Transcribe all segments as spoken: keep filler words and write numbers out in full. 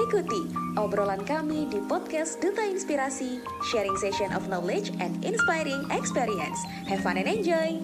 Ikuti obrolan kami di podcast Duta Inspirasi, sharing session of knowledge and inspiring experience. Have fun and enjoy!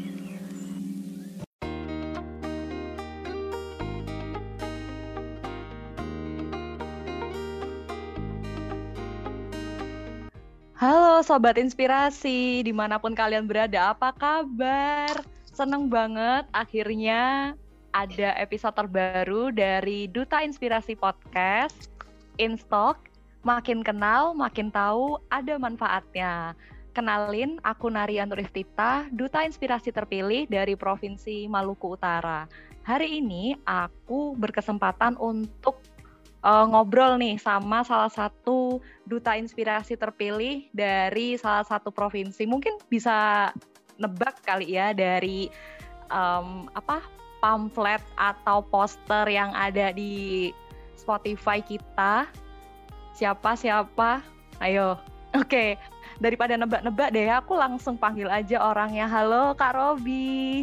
Halo Sobat Inspirasi, dimanapun kalian berada, apa kabar? Seneng banget akhirnya ada episode terbaru dari Duta Inspirasi Podcast, In Stock, makin kenal, makin tahu, ada manfaatnya. Kenalin, aku Naria Nuriftita, Duta Inspirasi terpilih dari Provinsi Maluku Utara. Hari ini aku berkesempatan untuk uh, ngobrol nih sama salah satu Duta Inspirasi terpilih dari salah satu provinsi. Mungkin bisa nebak kali ya dari um, apa pamflet atau poster yang ada di Spotify kita. Siapa-siapa? Ayo. Oke, okay. Daripada nebak-nebak deh, aku langsung panggil aja orangnya. Halo Kak Robi.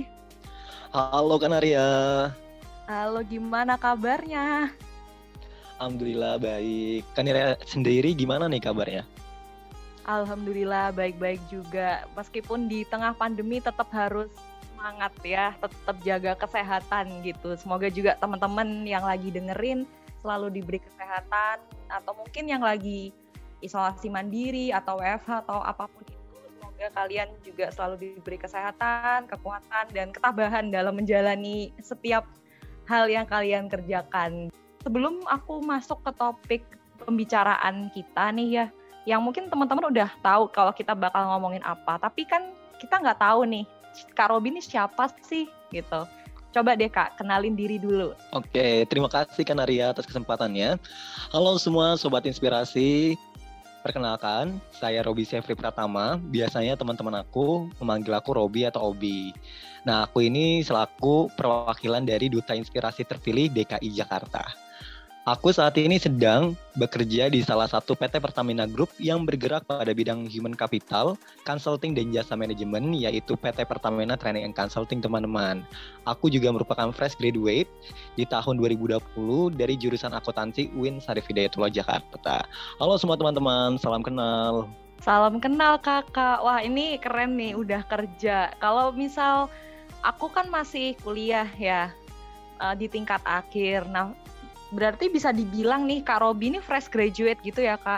Halo Kak Naria. Halo, gimana kabarnya? Alhamdulillah baik. Kak Naria sendiri gimana nih kabarnya? Alhamdulillah baik-baik juga. Meskipun di tengah pandemi tetap harus semangat ya, tetap jaga kesehatan gitu. Semoga juga teman-teman yang lagi dengerin selalu diberi kesehatan, atau mungkin yang lagi isolasi mandiri atau W F H atau apapun itu, semoga kalian juga selalu diberi kesehatan, kekuatan, dan ketabahan dalam menjalani setiap hal yang kalian kerjakan. Sebelum aku masuk ke topik pembicaraan kita nih ya, yang mungkin teman-teman udah tahu kalau kita bakal ngomongin apa, tapi kan kita nggak tahu nih, Kak Robi ini siapa sih gitu. Coba deh Kak, kenalin diri dulu. Oke, terima kasih Kak Naria atas kesempatannya. Halo semua Sobat Inspirasi. Perkenalkan, saya Robi Syafri Pratama. Biasanya teman-teman aku memanggil aku Robi atau Obi. Nah, aku ini selaku perwakilan dari Duta Inspirasi terpilih D K I Jakarta. Aku saat ini sedang bekerja di salah satu P T Pertamina Group yang bergerak pada bidang human capital, consulting dan jasa manajemen, yaitu P T Pertamina Training and Consulting, teman-teman. Aku juga merupakan fresh graduate di tahun dua ribu dua puluh dari jurusan akuntansi U I N Syarif Hidayatullah Jakarta. Halo semua teman-teman, salam kenal. Salam kenal kakak. Wah, ini keren nih, udah kerja. Kalau misal aku kan masih kuliah ya, di tingkat akhir. Nah, berarti bisa dibilang nih Kak Robi ini fresh graduate gitu ya Kak?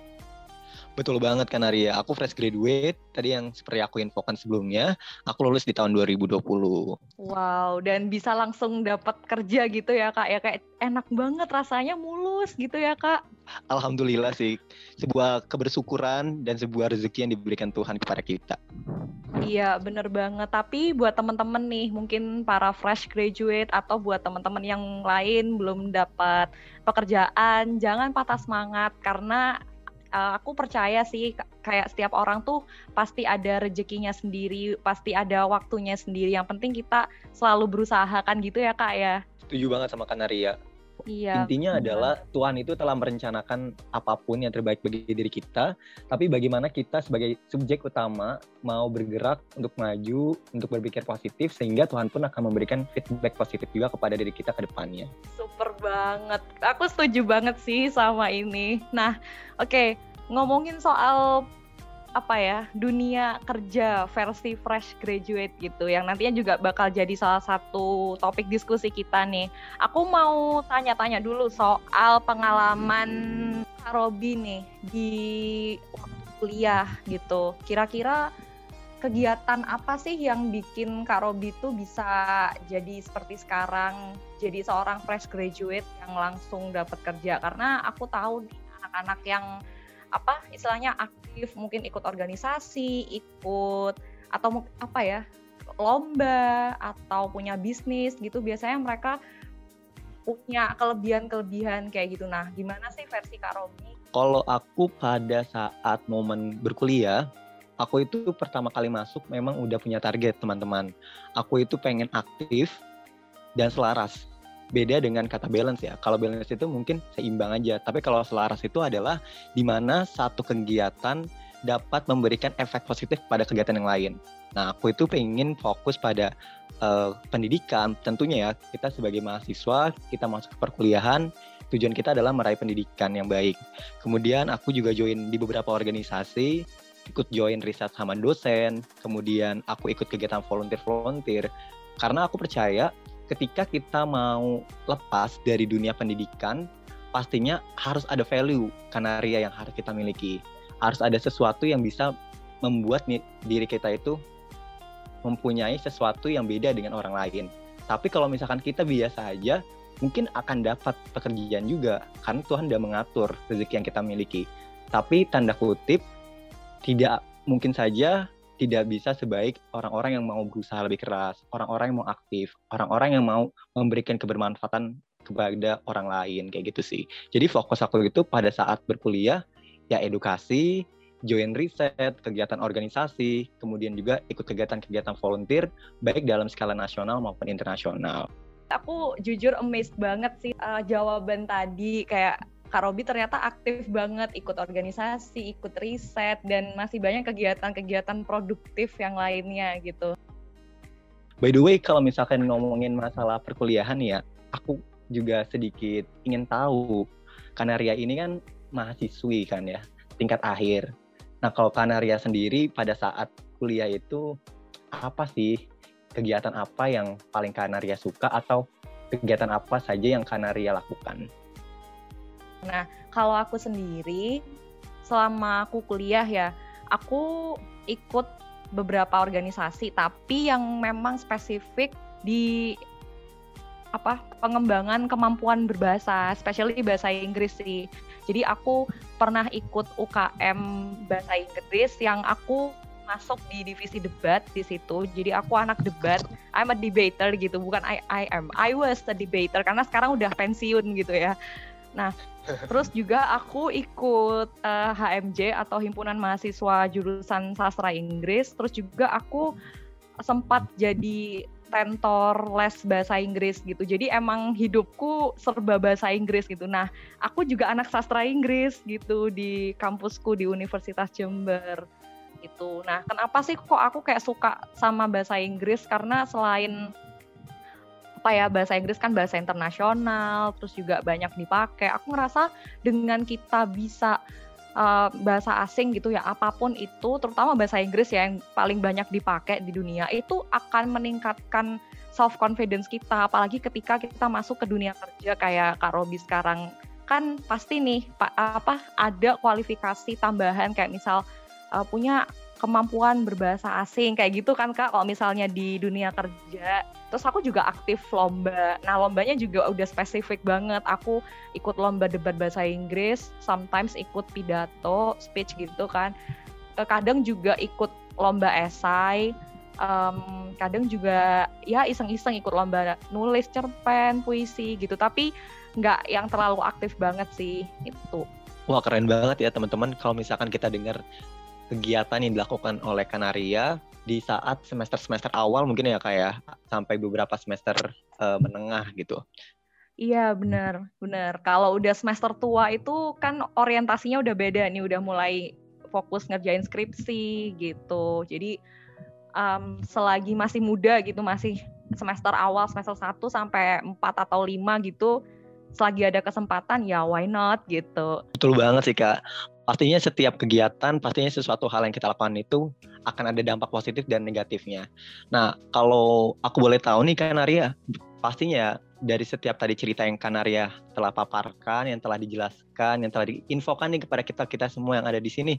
Betul banget Kak Naria, aku fresh graduate. Tadi yang seperti aku infokan sebelumnya, aku lulus di tahun dua ribu dua puluh. Wow, dan bisa langsung dapat kerja gitu ya Kak? Ya kayak enak banget rasanya, mulus gitu ya Kak? Alhamdulillah sih, sebuah kebersyukuran dan sebuah rezeki yang diberikan Tuhan kepada kita. Iya, bener banget. Tapi buat teman-teman nih, mungkin para fresh graduate atau buat teman-teman yang lain belum dapat pekerjaan, jangan patah semangat karena uh, aku percaya sih kayak setiap orang tuh pasti ada rezekinya sendiri, pasti ada waktunya sendiri. Yang penting kita selalu berusaha kan gitu ya Kak ya. Setuju banget sama Kak Naria. Iya. Intinya adalah Tuhan itu telah merencanakan apapun yang terbaik bagi diri kita, tapi bagaimana kita sebagai subjek utama mau bergerak untuk maju, untuk berpikir positif, sehingga Tuhan pun akan memberikan feedback positif juga kepada diri kita ke depannya. Super banget, aku setuju banget sih sama ini. Nah, oke, okay. Ngomongin soal apa ya, dunia kerja versi fresh graduate gitu, yang nantinya juga bakal jadi salah satu topik diskusi kita nih. Aku mau tanya-tanya dulu soal pengalaman Kak Robi nih di waktu kuliah gitu. Kira-kira kegiatan apa sih yang bikin Kak Robi tuh bisa jadi seperti sekarang, jadi seorang fresh graduate yang langsung dapat kerja? Karena aku tahu nih anak-anak yang apa istilahnya aktif, mungkin ikut organisasi, ikut atau apa ya, lomba atau punya bisnis gitu, biasanya mereka punya kelebihan-kelebihan kayak gitu. Nah, gimana sih versi Kak Robi? Kalau aku pada saat momen berkuliah, aku itu pertama kali masuk memang udah punya target, teman-teman. Aku itu pengen aktif dan selaras. Beda dengan kata balance ya. Kalau balance itu mungkin seimbang aja. Tapi kalau selaras itu adalah di mana satu kegiatan dapat memberikan efek positif pada kegiatan yang lain. Nah, aku itu pengen fokus pada uh, pendidikan. Tentunya ya, kita sebagai mahasiswa, kita masuk ke perkuliahan, tujuan kita adalah meraih pendidikan yang baik. Kemudian aku juga join di beberapa organisasi, ikut join riset sama dosen, kemudian aku ikut kegiatan volunteer-volunteer, karena aku percaya ketika kita mau lepas dari dunia pendidikan, pastinya harus ada value Kanaria yang harus kita miliki. Harus ada sesuatu yang bisa membuat diri kita itu mempunyai sesuatu yang beda dengan orang lain. Tapi kalau misalkan kita biasa aja, mungkin akan dapat pekerjaan juga, karena Tuhan sudah mengatur rezeki yang kita miliki. Tapi tanda kutip, tidak mungkin saja tidak bisa sebaik orang-orang yang mau berusaha lebih keras, orang-orang yang mau aktif, orang-orang yang mau memberikan kebermanfaatan kepada orang lain, kayak gitu sih. Jadi fokus aku itu pada saat berkuliah, ya edukasi, join riset, kegiatan organisasi, kemudian juga ikut kegiatan-kegiatan volunteer, baik dalam skala nasional maupun internasional. Aku jujur amazed banget sih uh, jawaban tadi, kayak Kak Robi ternyata aktif banget ikut organisasi, ikut riset, dan masih banyak kegiatan-kegiatan produktif yang lainnya gitu. By the way, kalau misalkan ngomongin masalah perkuliahan ya, aku juga sedikit ingin tahu, Kanaria ini kan mahasiswi kan ya, tingkat akhir. Nah, kalau Kanaria sendiri pada saat kuliah itu apa sih kegiatan apa yang paling Kanaria suka atau kegiatan apa saja yang Kanaria lakukan? Nah, kalau aku sendiri selama aku kuliah ya, aku ikut beberapa organisasi, tapi yang memang spesifik di apa pengembangan kemampuan berbahasa, especially bahasa Inggris sih. Jadi aku pernah ikut U K M bahasa Inggris yang aku masuk di divisi debat di situ. Jadi aku anak debat, I'm a debater gitu, bukan I, I am, I was a debater karena sekarang udah pensiun gitu ya. Nah, terus juga aku ikut uh, H M J atau Himpunan Mahasiswa Jurusan Sastra Inggris. Terus juga aku sempat jadi tentor les bahasa Inggris gitu. Jadi emang hidupku serba bahasa Inggris gitu. Nah, aku juga anak sastra Inggris gitu di kampusku di Universitas Jember gitu. Nah, kenapa sih kok aku kayak suka sama bahasa Inggris? Karena selain apa ya, bahasa Inggris kan bahasa internasional, terus juga banyak dipakai. Aku ngerasa dengan kita bisa Uh, bahasa asing gitu ya, apapun itu, terutama bahasa Inggris ya yang paling banyak dipakai di dunia, itu akan meningkatkan self confidence kita, apalagi ketika kita masuk ke dunia kerja kayak Kak Robi sekarang. Kan pasti nih pa, apa ada kualifikasi tambahan kayak misal uh, punya kemampuan berbahasa asing kayak gitu kan Kak, kalau misalnya di dunia kerja. Terus aku juga aktif lomba. Nah, lombanya juga udah spesifik banget. Aku ikut lomba debat bahasa Inggris, sometimes ikut pidato, speech gitu kan. Kadang juga ikut lomba esai, um, kadang juga ya iseng-iseng ikut lomba nulis cerpen, puisi gitu. Tapi nggak yang terlalu aktif banget sih itu. Wah, keren banget ya teman-teman kalau misalkan kita dengar kegiatan yang dilakukan oleh Kanaria di saat semester-semester awal mungkin ya kayak sampai beberapa semester uh, menengah gitu. Iya benar, benar. Kalau udah semester tua itu kan orientasinya udah beda nih, udah mulai fokus ngerjain skripsi gitu. Jadi um, selagi masih muda gitu, masih semester awal semester satu sampai empat atau lima gitu, selagi ada kesempatan ya why not gitu. Betul banget sih Kak. Pastinya setiap kegiatan, pastinya sesuatu hal yang kita lakukan itu akan ada dampak positif dan negatifnya. Nah, kalau aku boleh tahu nih Kanaria, pastinya dari setiap tadi cerita yang Kanaria telah paparkan, yang telah dijelaskan, yang telah diinfokan nih kepada kita-kita semua yang ada di sini,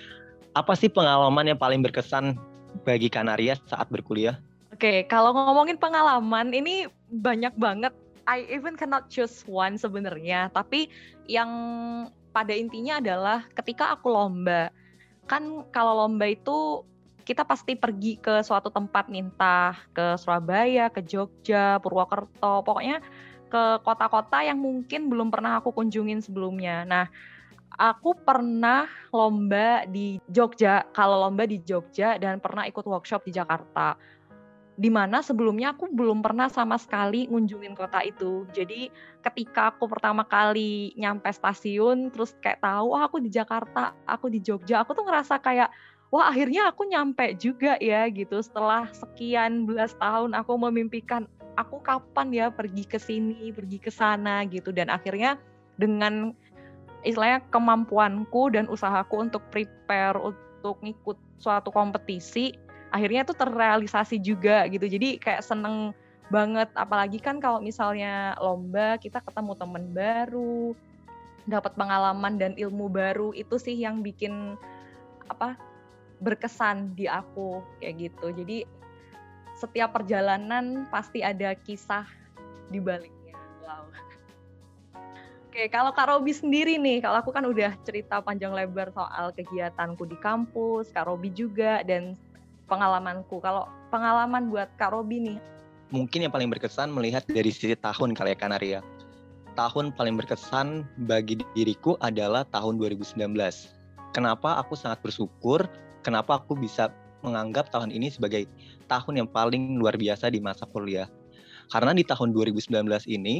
apa sih pengalaman yang paling berkesan bagi Kanaria saat berkuliah? Oke, kalau ngomongin pengalaman, ini banyak banget. I even cannot choose one sebenarnya, tapi yang pada intinya adalah ketika aku lomba, kan kalau lomba itu kita pasti pergi ke suatu tempat nih, entah ke Surabaya, ke Jogja, Purwokerto, pokoknya ke kota-kota yang mungkin belum pernah aku kunjungin sebelumnya. Nah, aku pernah lomba di Jogja, kalau lomba di Jogja, dan pernah ikut workshop di Jakarta. Di mana sebelumnya aku belum pernah sama sekali ngunjungin kota itu. Jadi ketika aku pertama kali nyampe stasiun, terus kayak tahu, wah aku di Jakarta, aku di Jogja, aku tuh ngerasa kayak, wah akhirnya aku nyampe juga ya gitu. Setelah sekian belas tahun aku memimpikan, aku kapan ya pergi ke sini, pergi ke sana gitu. Dan akhirnya dengan istilahnya kemampuanku dan usahaku untuk prepare untuk ngikut suatu kompetisi, akhirnya itu terrealisasi juga gitu. Jadi kayak seneng banget, apalagi kan kalau misalnya lomba kita ketemu teman baru, dapat pengalaman dan ilmu baru, itu sih yang bikin apa berkesan di aku kayak gitu. Jadi setiap perjalanan pasti ada kisah di baliknya. Wow. Oke, kalau Kak Robi sendiri nih, kalau aku kan udah cerita panjang lebar soal kegiatanku di kampus, Kak Robi juga, dan pengalamanku. Kalau pengalaman buat Kak Robi nih? Mungkin yang paling berkesan melihat dari sisi tahun kali ya, Kanaria. Tahun paling berkesan bagi diriku adalah tahun dua ribu sembilan belas. Kenapa aku sangat bersyukur, kenapa aku bisa menganggap tahun ini sebagai tahun yang paling luar biasa di masa kuliah. Karena di tahun dua ribu sembilan belas ini,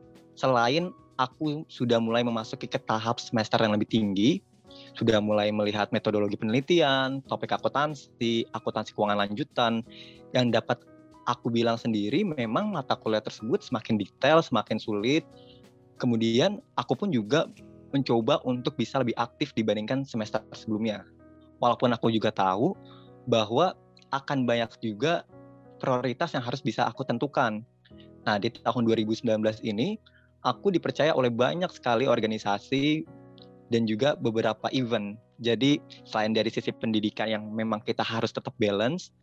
selain aku sudah mulai memasuki ke tahap semester yang lebih tinggi, sudah mulai melihat metodologi penelitian, topik akuntansi, akuntansi keuangan lanjutan, yang dapat aku bilang sendiri memang mata kuliah tersebut semakin detail, semakin sulit. Kemudian aku pun juga mencoba untuk bisa lebih aktif dibandingkan semester sebelumnya. Walaupun aku juga tahu bahwa akan banyak juga prioritas yang harus bisa aku tentukan. Nah, di tahun dua ribu sembilan belas ini, aku dipercaya oleh banyak sekali organisasi dan juga beberapa event. Jadi, selain dari sisi pendidikan yang memang kita harus tetap balance,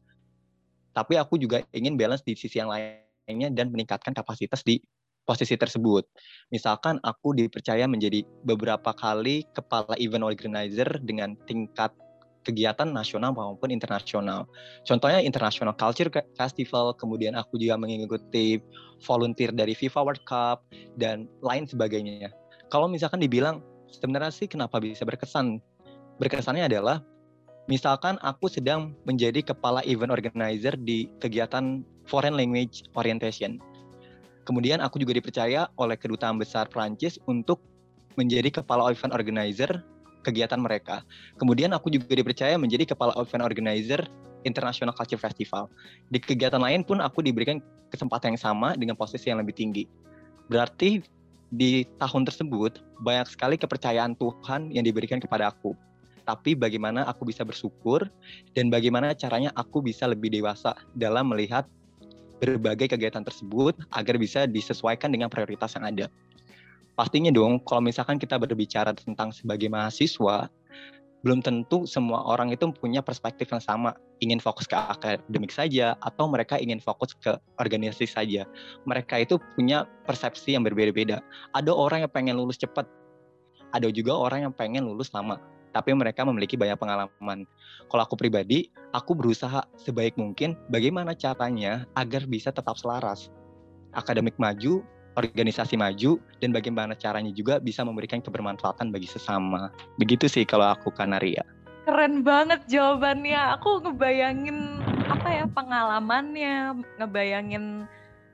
tapi aku juga ingin balance di sisi yang lainnya dan meningkatkan kapasitas di posisi tersebut. Misalkan aku dipercaya menjadi beberapa kali kepala event organizer dengan tingkat kegiatan nasional maupun internasional. Contohnya International Culture Festival, kemudian aku juga mengikuti volunteer dari FIFA World Cup, dan lain sebagainya. Kalau misalkan dibilang, sebenarnya sih kenapa bisa berkesan? Berkesannya adalah, misalkan aku sedang menjadi kepala event organizer di kegiatan Foreign Language Orientation. Kemudian aku juga dipercaya oleh Kedutaan Besar Prancis untuk menjadi kepala event organizer kegiatan mereka. Kemudian aku juga dipercaya menjadi kepala event organizer International Culture Festival. Di kegiatan lain pun aku diberikan kesempatan yang sama dengan posisi yang lebih tinggi. Berarti di tahun tersebut banyak sekali kepercayaan Tuhan yang diberikan kepada aku. Tapi bagaimana aku bisa bersyukur dan bagaimana caranya aku bisa lebih dewasa dalam melihat berbagai kegiatan tersebut agar bisa disesuaikan dengan prioritas yang ada. Pastinya dong, kalau misalkan kita berbicara tentang sebagai mahasiswa, belum tentu semua orang itu punya perspektif yang sama, ingin fokus ke akademik saja, atau mereka ingin fokus ke organisasi saja. Mereka itu punya persepsi yang berbeda-beda. Ada orang yang pengen lulus cepat, ada juga orang yang pengen lulus lama, tapi mereka memiliki banyak pengalaman. Kalau aku pribadi, aku berusaha sebaik mungkin bagaimana caranya agar bisa tetap selaras. Akademik maju, organisasi maju, dan bagaimana caranya juga bisa memberikan kebermanfaatan bagi sesama. Begitu sih kalau aku, Kanaria. Keren banget jawabannya. Aku ngebayangin apa ya pengalamannya, ngebayangin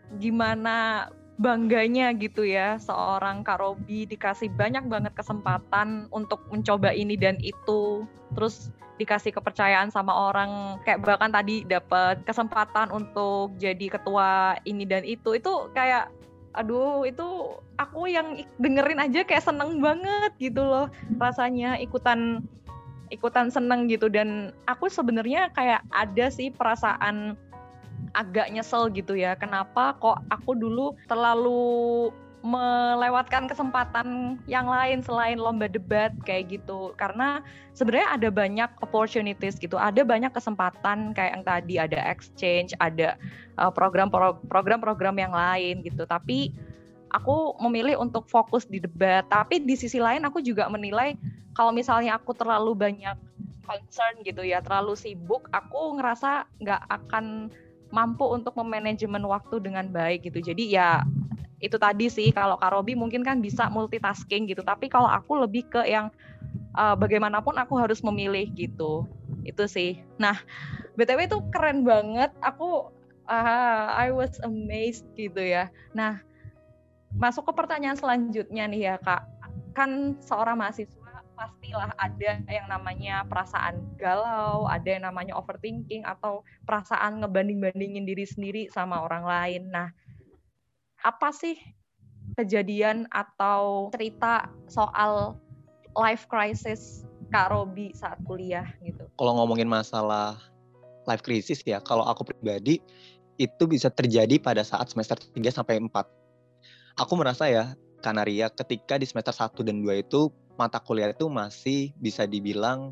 gimana bangganya gitu ya seorang Kak Robi dikasih banyak banget kesempatan untuk mencoba ini dan itu, terus dikasih kepercayaan sama orang, kayak bahkan tadi dapat kesempatan untuk jadi ketua ini dan itu, itu kayak aduh, itu aku yang dengerin aja kayak seneng banget gitu loh rasanya, ikutan ikutan seneng gitu. Dan aku sebenarnya kayak ada sih perasaan agak nyesel gitu ya, kenapa kok aku dulu terlalu melewatkan kesempatan yang lain selain lomba debat kayak gitu. Karena sebenarnya ada banyak opportunities gitu, ada banyak kesempatan kayak yang tadi ada exchange, ada uh, program-program yang lain gitu. Tapi aku memilih untuk fokus di debat. Tapi di sisi lain aku juga menilai kalau misalnya aku terlalu banyak concern gitu ya, terlalu sibuk, aku ngerasa nggak akan mampu untuk memanajemen waktu dengan baik gitu. Jadi ya itu tadi sih, kalau Kak Robi mungkin kan bisa multitasking gitu, tapi kalau aku lebih ke yang uh, bagaimanapun aku harus memilih gitu. Itu sih. Nah, B T W itu keren banget. Aku uh, I was amazed gitu ya. Nah, masuk ke pertanyaan selanjutnya nih ya Kak. Kan seorang mahasiswa pastilah ada yang namanya perasaan galau, ada yang namanya overthinking, atau perasaan ngebanding-bandingin diri sendiri sama orang lain. Nah, apa sih kejadian atau cerita soal life crisis Kak Robi saat kuliah gitu? Kalau ngomongin masalah life crisis ya, kalau aku pribadi itu bisa terjadi pada saat semester tiga sampai empat. Aku merasa ya, Kanaria, ketika di semester satu dan dua itu mata kuliah itu masih bisa dibilang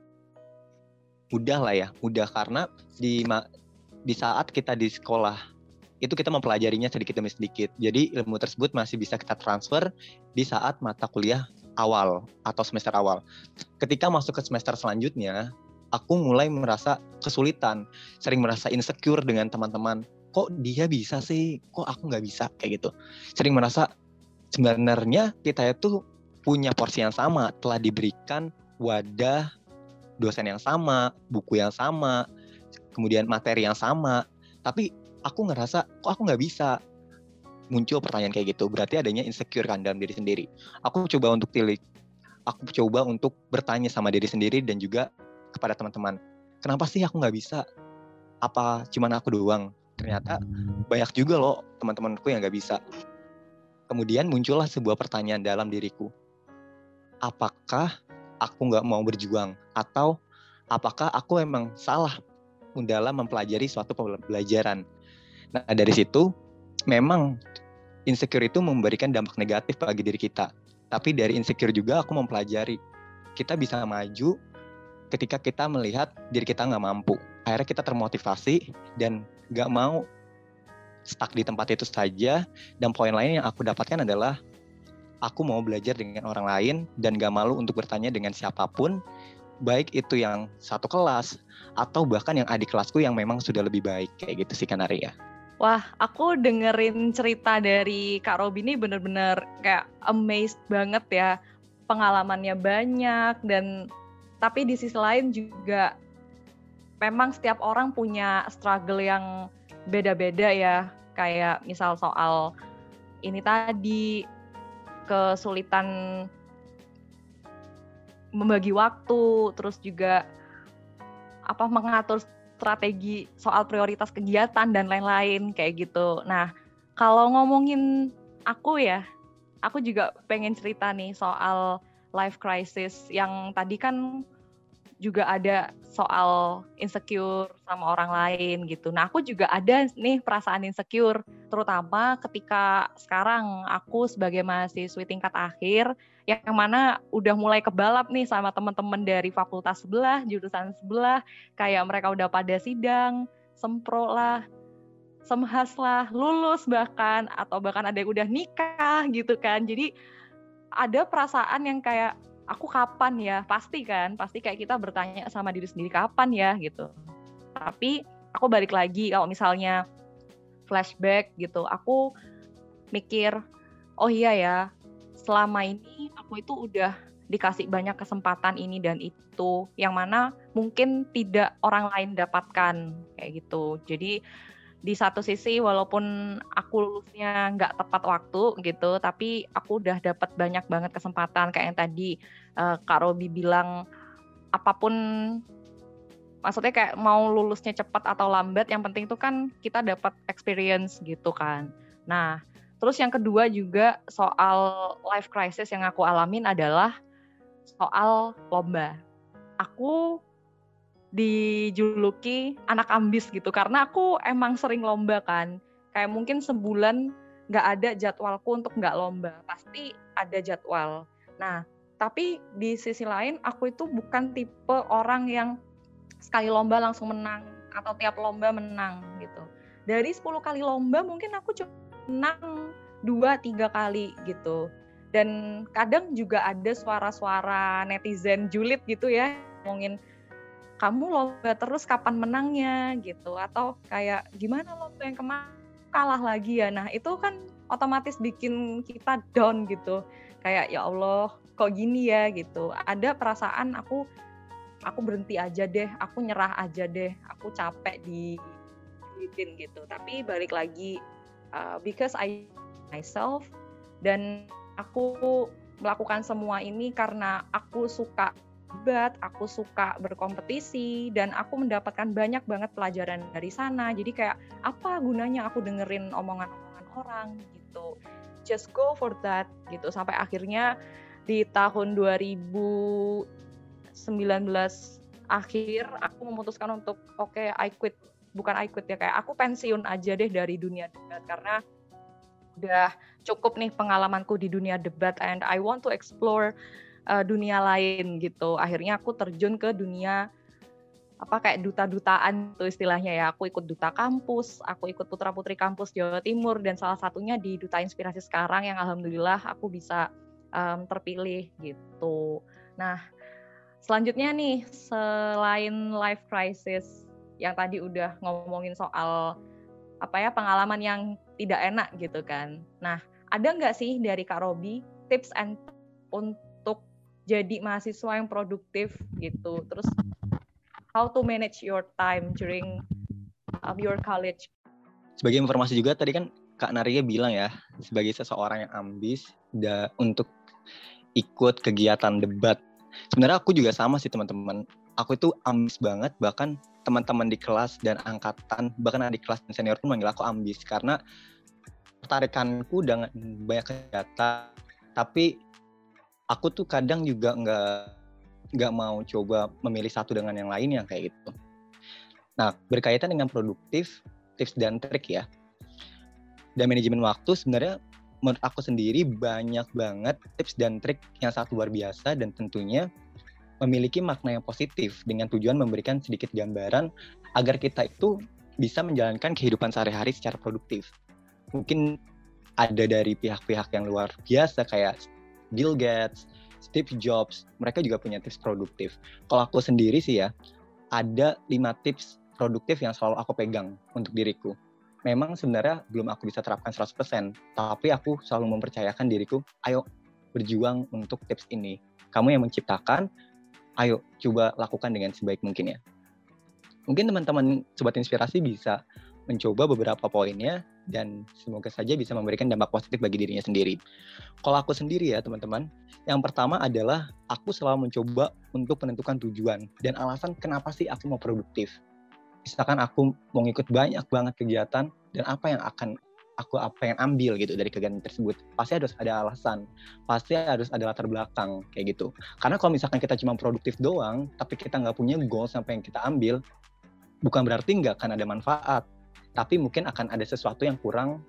mudah lah ya, mudah karena di di saat kita di sekolah itu kita mempelajarinya sedikit demi sedikit. Jadi ilmu tersebut masih bisa kita transfer di saat mata kuliah awal atau semester awal. Ketika masuk ke semester selanjutnya, aku mulai merasa kesulitan, sering merasa insecure dengan teman-teman. Kok dia bisa sih? Kok aku nggak bisa? Kayak gitu. Sering merasa sebenarnya kita itu punya porsi yang sama, telah diberikan wadah dosen yang sama, buku yang sama, kemudian materi yang sama. Tapi aku ngerasa, kok aku nggak bisa? Muncul pertanyaan kayak gitu. Berarti adanya insecure kan dalam diri sendiri. Aku coba untuk tilik. Aku coba untuk bertanya sama diri sendiri dan juga kepada teman-teman. Kenapa sih aku nggak bisa? Apa cuman aku doang? Ternyata banyak juga loh teman-temanku yang nggak bisa. Kemudian muncullah sebuah pertanyaan dalam diriku. Apakah aku nggak mau berjuang? Atau apakah aku emang salah dalam mempelajari suatu pembelajaran? Nah, dari situ memang insecure itu memberikan dampak negatif bagi diri kita. Tapi dari insecure juga aku mempelajari. Kita bisa maju ketika kita melihat diri kita nggak mampu. Akhirnya kita termotivasi dan nggak mau stuck di tempat itu saja. Dan poin lain yang aku dapatkan adalah aku mau belajar dengan orang lain dan nggak malu untuk bertanya dengan siapapun, baik itu yang satu kelas atau bahkan yang adik kelasku yang memang sudah lebih baik. Kayak gitu sih Kanaria. Wah, aku dengerin cerita dari Kak Robi ini bener-bener kayak amazed banget ya. Pengalamannya banyak dan tapi di sisi lain juga memang setiap orang punya struggle yang beda-beda ya. Kayak misal soal ini tadi, kesulitan membagi waktu, terus juga apa mengatur strategi soal prioritas kegiatan dan lain-lain kayak gitu. Nah, kalau ngomongin aku ya, aku juga pengen cerita nih soal life crisis yang tadi kan juga ada soal insecure sama orang lain gitu. Nah, aku juga ada nih perasaan insecure, terutama ketika sekarang aku sebagai mahasiswi tingkat akhir, yang mana udah mulai kebalap nih sama teman-teman dari fakultas sebelah, jurusan sebelah, kayak mereka udah pada sidang, sempro lah, semhas lah, lulus bahkan, atau bahkan ada yang udah nikah gitu kan. Jadi ada perasaan yang kayak, aku kapan ya, pasti kan, pasti kayak kita bertanya sama diri sendiri kapan ya gitu. Tapi aku balik lagi kalau misalnya flashback gitu, aku mikir, oh iya ya, selama ini aku itu udah dikasih banyak kesempatan ini dan itu, yang mana mungkin tidak orang lain dapatkan kayak gitu. Jadi di satu sisi walaupun aku lulusnya nggak tepat waktu gitu, tapi aku udah dapat banyak banget kesempatan kayak yang tadi uh, Kak Robi bilang, apapun maksudnya kayak mau lulusnya cepat atau lambat, yang penting itu kan kita dapat experience gitu kan. Nah, terus yang kedua juga soal life crisis yang aku alamin adalah soal lomba. Aku dijuluki anak ambis gitu karena aku emang sering lomba kan, kayak mungkin sebulan nggak ada jadwalku untuk nggak lomba, pasti ada jadwal. Nah tapi di sisi lain aku itu bukan tipe orang yang sekali lomba langsung menang atau tiap lomba menang gitu. Dari sepuluh kali lomba mungkin aku cuma menang dua tiga kali gitu. Dan kadang juga ada suara-suara netizen julid gitu ya, ngomongin kamu lomba terus kapan menangnya gitu, atau kayak gimana lomba yang kemarin kalah lagi ya. Nah itu kan otomatis bikin kita down gitu, kayak ya Allah kok gini ya gitu. Ada perasaan aku aku berhenti aja deh, aku nyerah aja deh, aku capek di bikin gitu. Tapi balik lagi uh, because I myself, dan aku melakukan semua ini karena aku suka debat, aku suka berkompetisi, dan aku mendapatkan banyak banget pelajaran dari sana. Jadi kayak apa gunanya aku dengerin omongan-omongan orang gitu. just go for that gitu. Sampai akhirnya di tahun dua ribu sembilan belas akhir aku memutuskan untuk oke okay, I quit, bukan I quit ya, kayak aku pensiun aja deh dari dunia debat karena udah cukup nih pengalamanku di dunia debat and I want to explore uh, dunia lain gitu. Akhirnya aku terjun ke dunia apa kayak duta-dutaan itu istilahnya ya. Aku ikut duta kampus, aku ikut putra-putri kampus Jawa Timur dan salah satunya di Duta Inspirasi sekarang yang alhamdulillah aku bisa um, terpilih gitu. Nah, selanjutnya nih, selain life crisis yang tadi udah ngomongin soal apa ya pengalaman yang tidak enak gitu kan. Nah, ada nggak sih dari Kak Robi tips and untuk jadi mahasiswa yang produktif gitu? Terus how to manage your time during um, your college? Sebagai informasi juga tadi kan Kak Naria bilang ya, sebagai seseorang yang ambis da, untuk ikut kegiatan debat. Sebenarnya aku juga sama sih teman-teman. Aku itu ambis banget, bahkan teman-teman di kelas dan angkatan, bahkan di kelas dan senior pun manggil aku ambis karena ketarikanku dengan banyak kegiatan. Tapi aku tuh kadang juga nggak nggak mau coba memilih satu dengan yang lainnya kayak gitu. Nah, berkaitan dengan produktif, tips dan trik ya. Dan manajemen waktu sebenarnya menurut aku sendiri banyak banget tips dan trik yang sangat luar biasa dan tentunya memiliki makna yang positif dengan tujuan memberikan sedikit gambaran agar kita itu bisa menjalankan kehidupan sehari-hari secara produktif. Mungkin ada dari pihak-pihak yang luar biasa kayak Bill Gates, Steve Jobs, mereka juga punya tips produktif. Kalau aku sendiri sih ya, ada lima tips produktif yang selalu aku pegang untuk diriku. Memang sebenarnya belum aku bisa terapkan seratus persen, tapi aku selalu mempercayakan diriku, ayo berjuang untuk tips ini. Kamu yang menciptakan, ayo coba lakukan dengan sebaik mungkin ya. Mungkin teman-teman Sobat Inspirasi bisa mencoba beberapa poinnya dan semoga saja bisa memberikan dampak positif bagi dirinya sendiri. Kalau aku sendiri ya teman-teman, yang pertama adalah aku selalu mencoba untuk menentukan tujuan dan alasan kenapa sih aku mau produktif. Misalkan aku mau ngikut banyak banget kegiatan dan apa yang akan aku apa yang ambil gitu dari kegiatan tersebut, pasti harus ada alasan, pasti harus ada latar belakang kayak gitu. Karena kalau misalkan kita cuma produktif doang, tapi kita nggak punya goal sampai yang kita ambil, bukan berarti nggak akan ada manfaat, tapi mungkin akan ada sesuatu yang kurang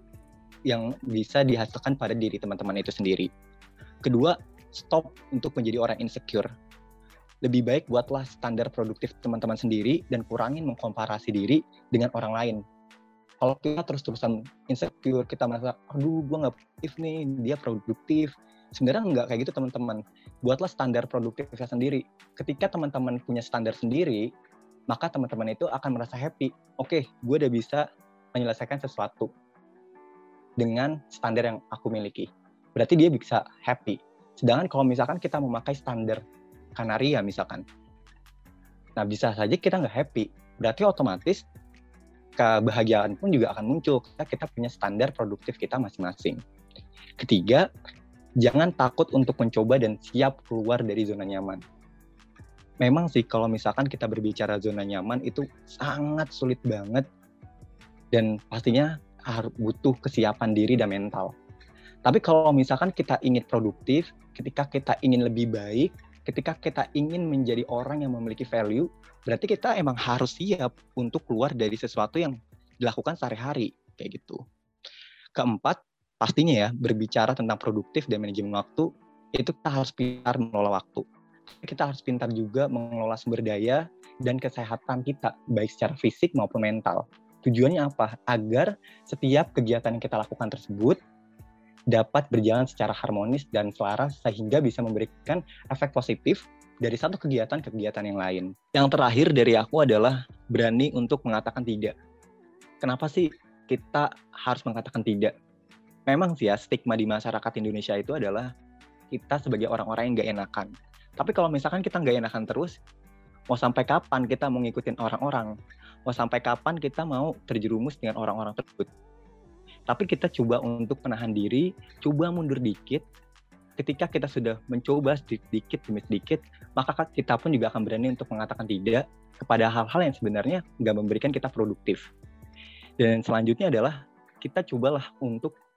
yang bisa dihasilkan pada diri teman-teman itu sendiri. Kedua, stop untuk menjadi orang insecure. Lebih baik buatlah standar produktif teman-teman sendiri dan kurangin mengkomparasi diri dengan orang lain. Kalau kita terus-terusan insecure, kita merasa, aduh gue nggak produktif nih, dia produktif. Sebenarnya nggak kayak gitu teman-teman. Buatlah standar produktifnya sendiri. Ketika teman-teman punya standar sendiri, maka teman-teman itu akan merasa happy. Oke, gue udah bisa menyelesaikan sesuatu dengan standar yang aku miliki. Berarti dia bisa happy. Sedangkan kalau misalkan kita memakai standar Kanaria misalkan, nah bisa saja kita nggak happy. Berarti otomatis kebahagiaan pun juga akan muncul karena kita punya standar produktif kita masing-masing. Ketiga, jangan takut untuk mencoba dan siap keluar dari zona nyaman. Memang sih kalau misalkan kita berbicara zona nyaman itu sangat sulit banget dan pastinya harus butuh kesiapan diri dan mental. Tapi kalau misalkan kita ingin produktif, ketika kita ingin lebih baik, ketika kita ingin menjadi orang yang memiliki value, berarti kita emang harus siap untuk keluar dari sesuatu yang dilakukan sehari-hari, kayak gitu. Keempat, pastinya ya, berbicara tentang produktif dan manajemen waktu, itu kita harus pintar mengelola waktu. Kita harus pintar juga mengelola sumber daya dan kesehatan kita, baik secara fisik maupun mental. Tujuannya apa? Agar setiap kegiatan yang kita lakukan tersebut dapat berjalan secara harmonis dan selaras sehingga bisa memberikan efek positif dari satu kegiatan ke kegiatan yang lain. Yang terakhir dari aku adalah berani untuk mengatakan tidak. Kenapa sih kita harus mengatakan tidak? Memang sih ya, stigma di masyarakat Indonesia itu adalah kita sebagai orang-orang yang gak enakan. Tapi kalau misalkan kita gak enakan terus, mau sampai kapan kita mau ngikutin orang-orang? Mau sampai kapan kita mau terjerumus dengan orang-orang tersebut? Tapi kita coba untuk menahan diri, coba mundur dikit. Ketika kita sudah mencoba sedikit demi sedikit, maka kita pun juga akan berani untuk mengatakan tidak kepada hal-hal yang sebenarnya nggak memberikan kita produktif. Dan selanjutnya adalah kita cobalah untuk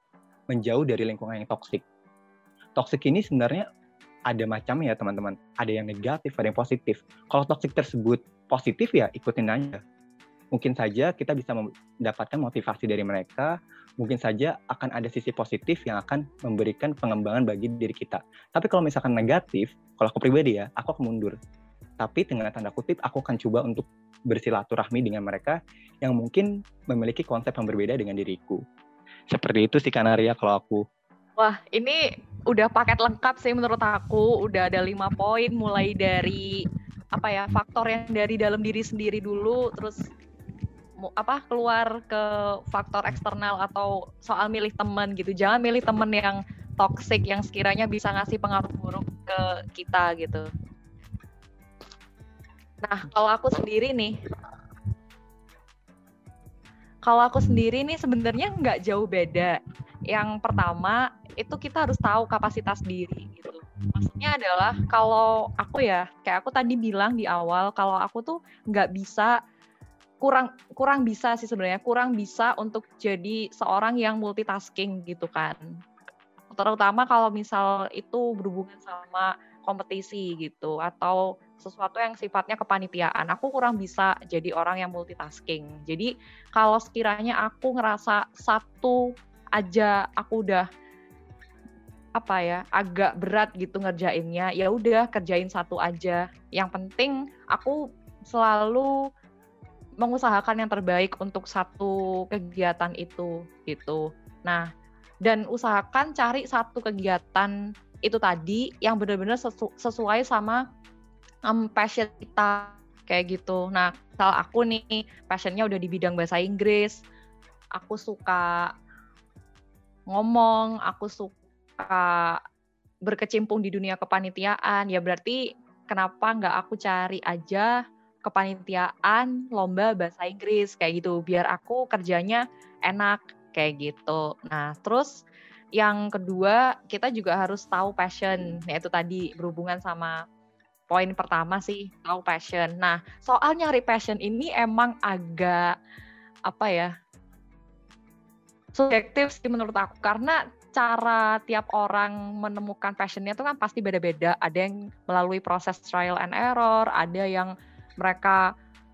menjauh dari lingkungan yang toksik. Toksik ini sebenarnya ada macamnya ya teman-teman. Ada yang negatif, ada yang positif. Kalau toksik tersebut positif ya ikutin aja. Mungkin saja kita bisa mendapatkan motivasi dari mereka, mungkin saja akan ada sisi positif yang akan memberikan pengembangan bagi diri kita. Tapi kalau misalkan negatif, kalau aku pribadi ya, aku akan mundur. Tapi dengan tanda kutip, aku akan coba untuk bersilaturahmi dengan mereka yang mungkin memiliki konsep yang berbeda dengan diriku. Seperti itu sih Kanaria kalau aku. Wah, ini udah paket lengkap sih menurut aku. Udah ada lima poin, mulai dari apa ya, faktor yang dari dalam diri sendiri dulu, terus apa keluar ke faktor eksternal atau soal milih teman gitu. Jangan milih teman yang toksik yang sekiranya bisa ngasih pengaruh buruk ke kita gitu. Nah, kalau aku sendiri nih, kalau aku sendiri nih sebenarnya nggak jauh beda. Yang pertama itu kita harus tahu kapasitas diri gitu. Maksudnya adalah kalau aku ya, kayak aku tadi bilang di awal, kalau aku tuh nggak bisa kurang kurang bisa sih sebenarnya kurang bisa untuk jadi seorang yang multitasking gitu kan, terutama kalau misal itu berhubungan sama kompetisi gitu atau sesuatu yang sifatnya kepanitiaan. Aku kurang bisa jadi orang yang multitasking. Jadi kalau sekiranya aku ngerasa satu aja aku udah apa ya agak berat gitu ngerjainnya, ya udah kerjain satu aja. Yang penting aku selalu mengusahakan yang terbaik untuk satu kegiatan itu gitu. Nah, dan usahakan cari satu kegiatan itu tadi yang benar-benar sesu- sesuai sama um, passion kita kayak gitu. Nah, misal aku nih passionnya udah di bidang bahasa Inggris, aku suka ngomong, aku suka berkecimpung di dunia kepanitiaan, ya berarti kenapa nggak aku cari aja kepanitiaan lomba bahasa Inggris kayak gitu biar aku kerjanya enak kayak gitu. Nah, terus yang kedua kita juga harus tahu passion, yaitu tadi berhubungan sama poin pertama sih, tahu passion. Nah, soal nyari passion ini emang agak apa ya? Subjektif sih menurut aku karena cara tiap orang menemukan passionnya itu kan pasti beda-beda. Ada yang melalui proses trial and error, ada yang mereka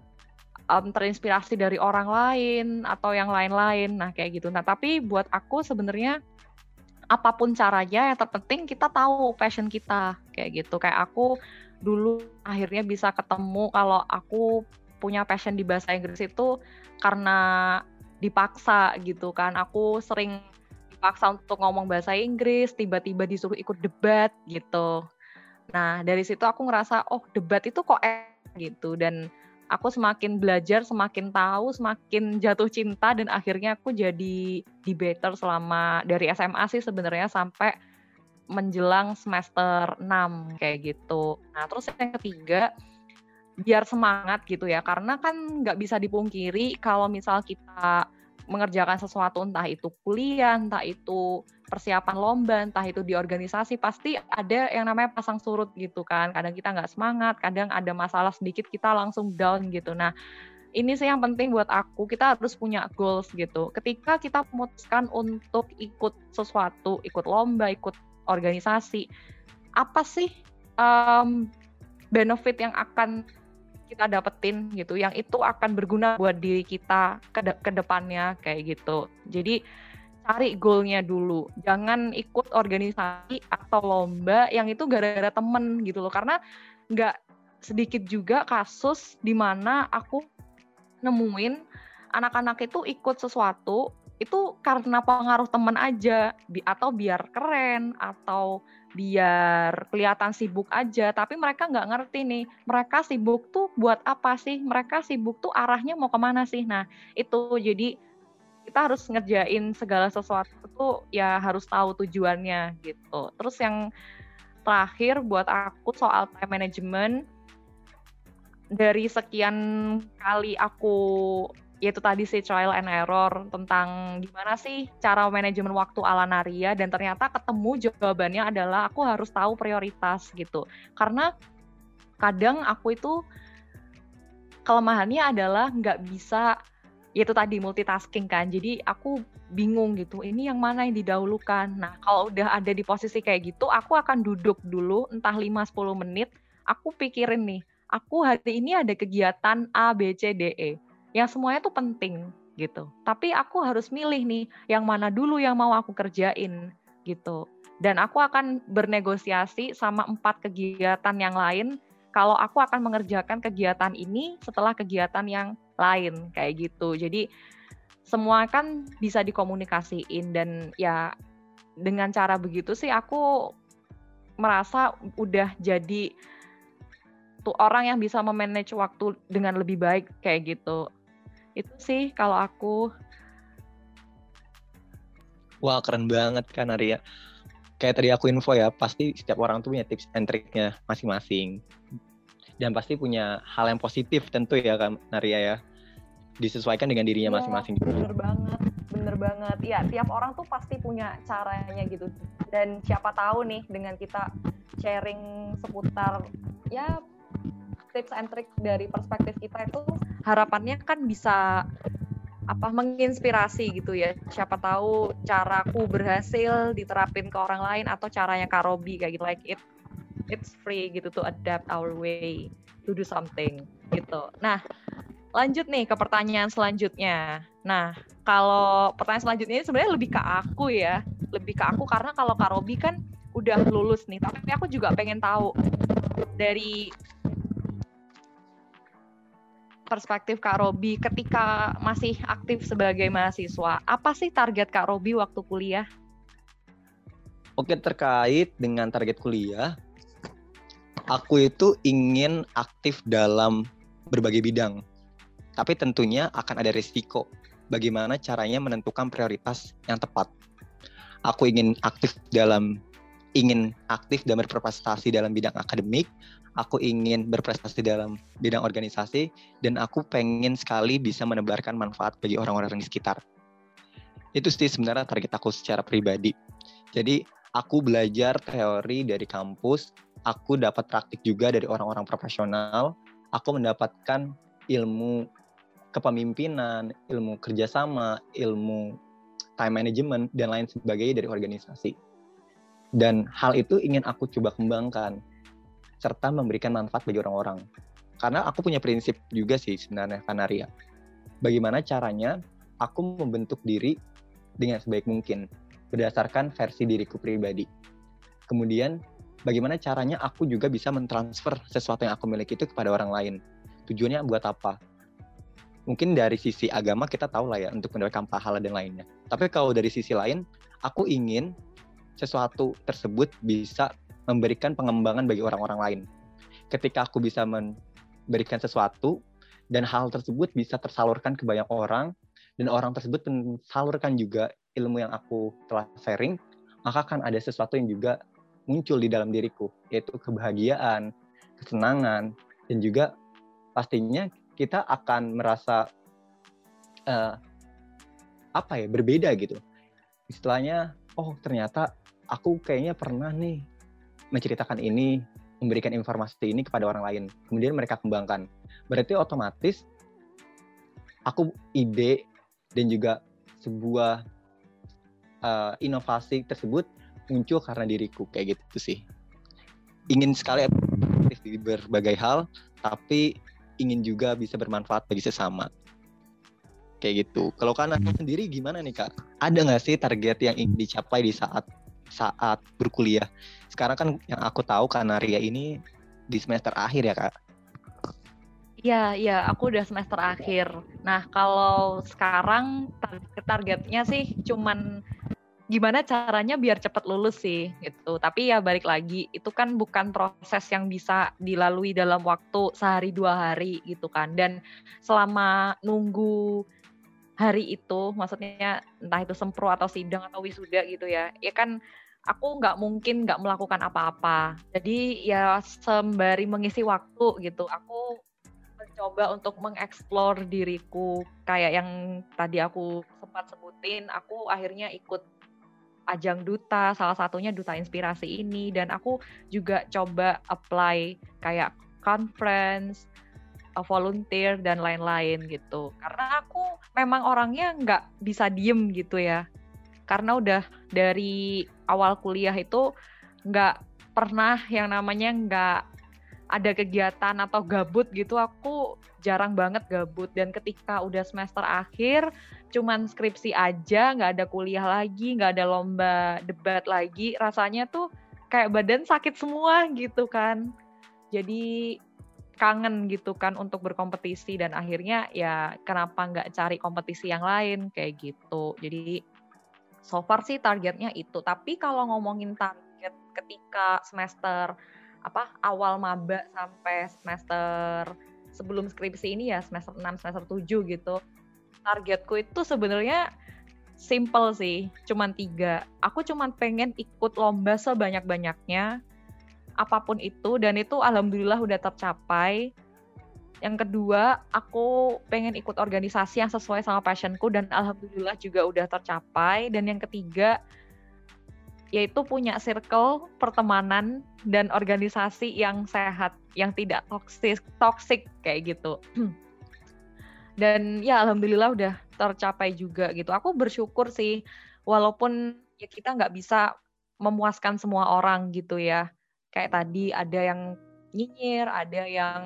um, terinspirasi dari orang lain atau yang lain-lain, nah kayak gitu. Nah tapi buat aku sebenarnya apapun caranya, yang terpenting kita tahu passion kita kayak gitu. Kayak aku dulu akhirnya bisa ketemu kalau aku punya passion di bahasa Inggris itu karena dipaksa gitu kan. Aku sering dipaksa untuk ngomong bahasa Inggris, tiba-tiba disuruh ikut debat gitu. Nah dari situ aku ngerasa oh debat itu kok enak gitu, dan aku semakin belajar, semakin tahu, semakin jatuh cinta, dan akhirnya aku jadi debater selama dari S M A sih sebenarnya sampai menjelang semester enam kayak gitu. Nah terus yang ketiga, biar semangat gitu ya, karena kan nggak bisa dipungkiri kalau misal kita mengerjakan sesuatu, entah itu kuliah, entah itu persiapan lomba, entah itu di organisasi, pasti ada yang namanya pasang surut gitu kan. Kadang kita nggak semangat, kadang ada masalah sedikit kita langsung down gitu. Nah, ini sih yang penting buat aku, kita harus punya goals gitu. Ketika kita memutuskan untuk ikut sesuatu, ikut lomba, ikut organisasi, apa sih um, benefit yang akan kita dapetin gitu, yang itu akan berguna buat diri kita ke, de- ke depannya kayak gitu. Jadi cari goalnya dulu, jangan ikut organisasi atau lomba yang itu gara-gara temen gitu loh, karena nggak sedikit juga kasus di mana aku nemuin anak-anak itu ikut sesuatu itu karena pengaruh teman aja, bi- atau biar keren, atau biar kelihatan sibuk aja, tapi mereka nggak ngerti nih, mereka sibuk tuh buat apa sih, mereka sibuk tuh arahnya mau kemana sih. Nah itu jadi kita harus ngerjain segala sesuatu tuh ya harus tahu tujuannya gitu. Terus yang terakhir buat aku soal time management, dari sekian kali aku yaitu tadi sih trial and error tentang gimana sih cara manajemen waktu ala Naria, dan ternyata ketemu jawabannya adalah aku harus tahu prioritas gitu. Karena kadang aku itu kelemahannya adalah nggak bisa ya itu tadi multitasking kan. Jadi aku bingung gitu, ini yang mana yang didahulukan. Nah, kalau udah ada di posisi kayak gitu, aku akan duduk dulu entah lima sampai sepuluh menit, aku pikirin nih, aku hari ini ada kegiatan A, B, C, D, E. Yang semuanya tuh penting gitu. Tapi aku harus milih nih, yang mana dulu yang mau aku kerjain gitu. Dan aku akan bernegosiasi sama empat kegiatan yang lain kalau aku akan mengerjakan kegiatan ini setelah kegiatan yang lain kayak gitu. Jadi semua kan bisa dikomunikasiin dan ya dengan cara begitu sih aku merasa udah jadi tuh orang yang bisa memanage waktu dengan lebih baik kayak gitu. Itu sih kalau aku. Wah, keren banget kan Arya. Kayak tadi aku info ya, pasti setiap orang tuh punya tips and triknya masing-masing. Dan pasti punya hal yang positif tentu ya kan Arya ya. Disesuaikan dengan dirinya masing-masing. Bener banget, bener banget. Iya, tiap orang tuh pasti punya caranya gitu. Dan siapa tahu nih dengan kita sharing seputar ya tips and trick dari perspektif kita itu harapannya kan bisa apa menginspirasi gitu ya. Siapa tahu caraku berhasil diterapin ke orang lain atau caranya Kak Robi kayak gitu, like it it's free gitu to adapt our way to do something gitu. Nah, lanjut nih ke pertanyaan selanjutnya. Nah, kalau pertanyaan selanjutnya ini sebenarnya lebih ke aku ya, lebih ke aku karena kalau Kak Robi kan udah lulus nih, tapi aku juga pengen tahu dari perspektif Kak Robi ketika masih aktif sebagai mahasiswa, apa sih target Kak Robi waktu kuliah? Oke, terkait dengan target kuliah, aku itu ingin aktif dalam berbagai bidang. Tapi tentunya akan ada risiko. Bagaimana caranya menentukan prioritas yang tepat. Aku ingin aktif dalam ingin aktif dan berprestasi dalam bidang akademik. Aku ingin berprestasi dalam bidang organisasi, dan aku pengen sekali bisa menebarkan manfaat bagi orang-orang di sekitar. Itu sih sebenarnya target aku secara pribadi. Jadi aku belajar teori dari kampus, aku dapat praktik juga dari orang-orang profesional, aku mendapatkan ilmu kepemimpinan, ilmu kerjasama, ilmu time management, dan lain sebagainya dari organisasi. Dan hal itu ingin aku coba kembangkan, serta memberikan manfaat bagi orang-orang. Karena aku punya prinsip juga sih sebenarnya, Kanaria. Bagaimana caranya aku membentuk diri dengan sebaik mungkin, berdasarkan versi diriku pribadi. Kemudian, bagaimana caranya aku juga bisa mentransfer sesuatu yang aku miliki itu kepada orang lain. Tujuannya buat apa? Mungkin dari sisi agama kita tahu lah ya, untuk mendapatkan pahala dan lainnya. Tapi kalau dari sisi lain, aku ingin sesuatu tersebut bisa memberikan pengembangan bagi orang-orang lain. Ketika aku bisa memberikan sesuatu, dan hal tersebut bisa tersalurkan ke banyak orang, dan orang tersebut mensalurkan juga ilmu yang aku telah sharing, maka akan ada sesuatu yang juga muncul di dalam diriku, yaitu kebahagiaan, kesenangan, dan juga pastinya kita akan merasa uh, apa ya, berbeda gitu. Istilahnya, oh ternyata aku kayaknya pernah nih menceritakan ini, memberikan informasi ini kepada orang lain, kemudian mereka kembangkan. Berarti otomatis aku ide dan juga sebuah uh, inovasi tersebut muncul karena diriku, kayak gitu sih. Ingin sekali aktif di berbagai hal, tapi ingin juga bisa bermanfaat bagi sesama. Kayak gitu. Kalau Kak Naria sendiri gimana nih Kak? Ada nggak sih target yang ingin dicapai di saat saat berkuliah? Sekarang kan yang aku tahu Kak Naria ini di semester akhir ya Kak? Iya, iya, aku udah semester akhir. Nah, kalau sekarang targetnya sih cuman gimana caranya biar cepat lulus sih gitu. Tapi ya balik lagi, itu kan bukan proses yang bisa dilalui dalam waktu sehari dua hari gitu kan. Dan selama nunggu hari itu, maksudnya entah itu sempro atau sidang atau wisuda gitu ya, ya kan aku nggak mungkin nggak melakukan apa-apa. Jadi ya sembari mengisi waktu gitu, aku mencoba untuk mengeksplor diriku. Kayak yang tadi aku sempat sebutin, aku akhirnya ikut ajang duta, salah satunya Duta Inspirasi ini, dan aku juga coba apply kayak conference, uh, volunteer dan lain-lain gitu. Karena aku memang orangnya nggak bisa diem gitu ya. Karena udah dari awal kuliah itu nggak pernah yang namanya nggak ada kegiatan atau gabut gitu, aku jarang banget gabut. Dan ketika udah semester akhir, cuman skripsi aja, nggak ada kuliah lagi, nggak ada lomba debat lagi, rasanya tuh kayak badan sakit semua gitu kan. Jadi kangen gitu kan untuk berkompetisi, dan akhirnya ya kenapa nggak cari kompetisi yang lain kayak gitu. Jadi so far sih targetnya itu. Tapi kalau ngomongin target ketika semester apa awal maba sampai semester sebelum skripsi ini ya semester enam, semester tujuh gitu. Targetku itu sebenarnya simple sih, cuman tiga. Aku cuman pengen ikut lomba sebanyak-banyaknya, apapun itu, dan itu alhamdulillah udah tercapai. Yang kedua, aku pengen ikut organisasi yang sesuai sama passionku, dan alhamdulillah juga udah tercapai. Dan yang ketiga, yaitu punya circle pertemanan dan organisasi yang sehat, yang tidak toksik, toksik kayak gitu. Dan ya alhamdulillah udah tercapai juga gitu. Aku bersyukur sih, walaupun ya kita nggak bisa memuaskan semua orang gitu ya. Kayak tadi ada yang nyinyir, ada yang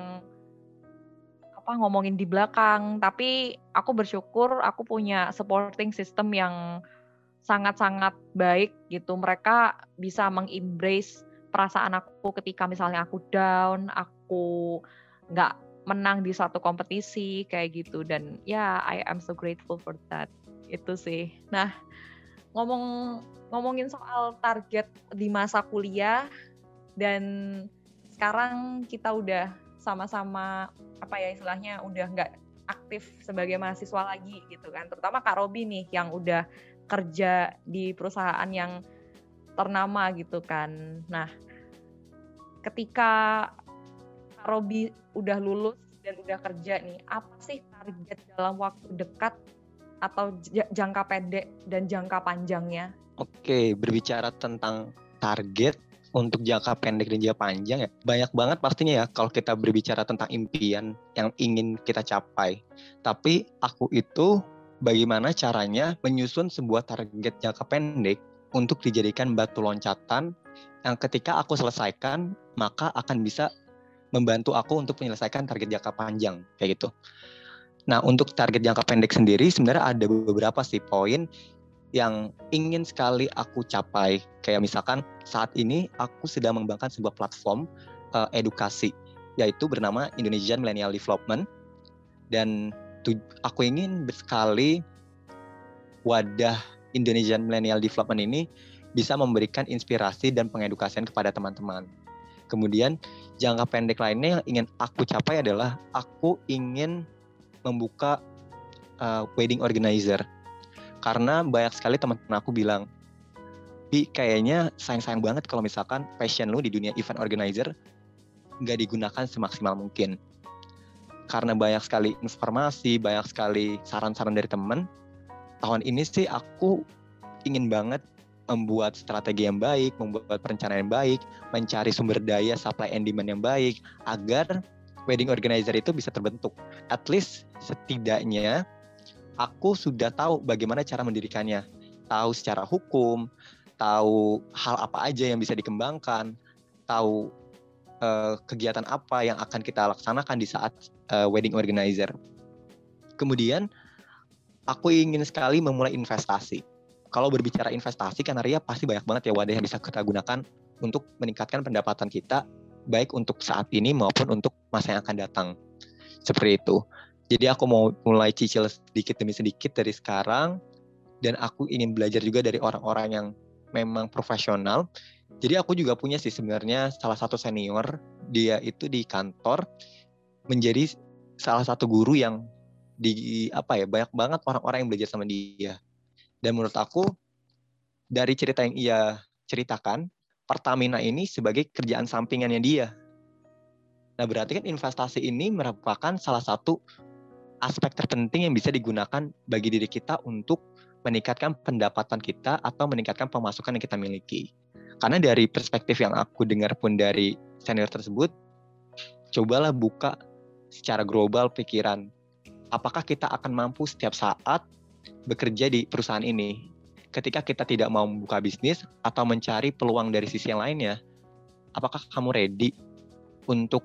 apa ngomongin di belakang, tapi aku bersyukur aku punya supporting system yang sangat-sangat baik gitu. Mereka bisa mengembrace perasaan aku ketika misalnya aku down, aku nggak menang di suatu kompetisi kayak gitu. Dan ya I am so grateful for that. Itu sih. Nah, ngomong ngomongin soal target di masa kuliah, dan sekarang kita udah sama-sama apa ya istilahnya udah nggak aktif sebagai mahasiswa lagi gitu kan. Terutama Kak Robi nih yang udah kerja di perusahaan yang ternama gitu kan. Nah, ketika Kak Robi udah lulus dan udah kerja nih, apa sih target dalam waktu dekat atau j- jangka pendek dan jangka panjangnya? Oke, berbicara tentang target untuk jangka pendek dan jangka panjang ya, banyak banget pastinya ya kalau kita berbicara tentang impian yang ingin kita capai. Tapi aku itu bagaimana caranya menyusun sebuah target jangka pendek untuk dijadikan batu loncatan yang ketika aku selesaikan, maka akan bisa membantu aku untuk menyelesaikan target jangka panjang, kayak gitu. Nah, untuk target jangka pendek sendiri sebenarnya ada beberapa sih poin yang ingin sekali aku capai. Kayak misalkan saat ini aku sedang mengembangkan sebuah platform uh, edukasi, yaitu bernama Indonesian Millennial Development. Dan tu, aku ingin sekali wadah Indonesian Millennial Development ini bisa memberikan inspirasi dan pengedukasian kepada teman-teman. Kemudian jangka pendek lainnya yang ingin aku capai adalah aku ingin membuka uh, wedding organizer. Karena banyak sekali teman-teman aku bilang, Bi, kayaknya sayang-sayang banget kalau misalkan passion lu di dunia event organizer nggak digunakan semaksimal mungkin. Karena banyak sekali informasi, banyak sekali saran-saran dari teman. Tahun ini sih aku ingin banget membuat strategi yang baik, membuat perencanaan yang baik, mencari sumber daya supply and demand yang baik, agar wedding organizer itu bisa terbentuk. At least setidaknya aku sudah tahu bagaimana cara mendirikannya, tahu secara hukum, tahu hal apa aja yang bisa dikembangkan, tahu uh, kegiatan apa yang akan kita laksanakan di saat uh, wedding organizer. Kemudian, aku ingin sekali memulai investasi. Kalau berbicara investasi, kan Arya pasti banyak banget ya wadah yang bisa kita gunakan untuk meningkatkan pendapatan kita, baik untuk saat ini maupun untuk masa yang akan datang. Seperti itu. Jadi aku mau mulai cicil sedikit demi sedikit dari sekarang, dan aku ingin belajar juga dari orang-orang yang memang profesional. Jadi aku juga punya sih sebenarnya salah satu senior, dia itu di kantor menjadi salah satu guru yang di apa ya banyak banget orang-orang yang belajar sama dia. Dan menurut aku dari cerita yang ia ceritakan, Pertamina ini sebagai kerjaan sampingannya dia. Nah, berarti kan investasi ini merupakan salah satu aspek terpenting yang bisa digunakan bagi diri kita untuk meningkatkan pendapatan kita atau meningkatkan pemasukan yang kita miliki. Karena dari perspektif yang aku dengar pun dari senior tersebut, cobalah buka secara global pikiran, apakah kita akan mampu setiap saat bekerja di perusahaan ini? Ketika kita tidak mau membuka bisnis atau mencari peluang dari sisi yang lainnya, apakah kamu ready untuk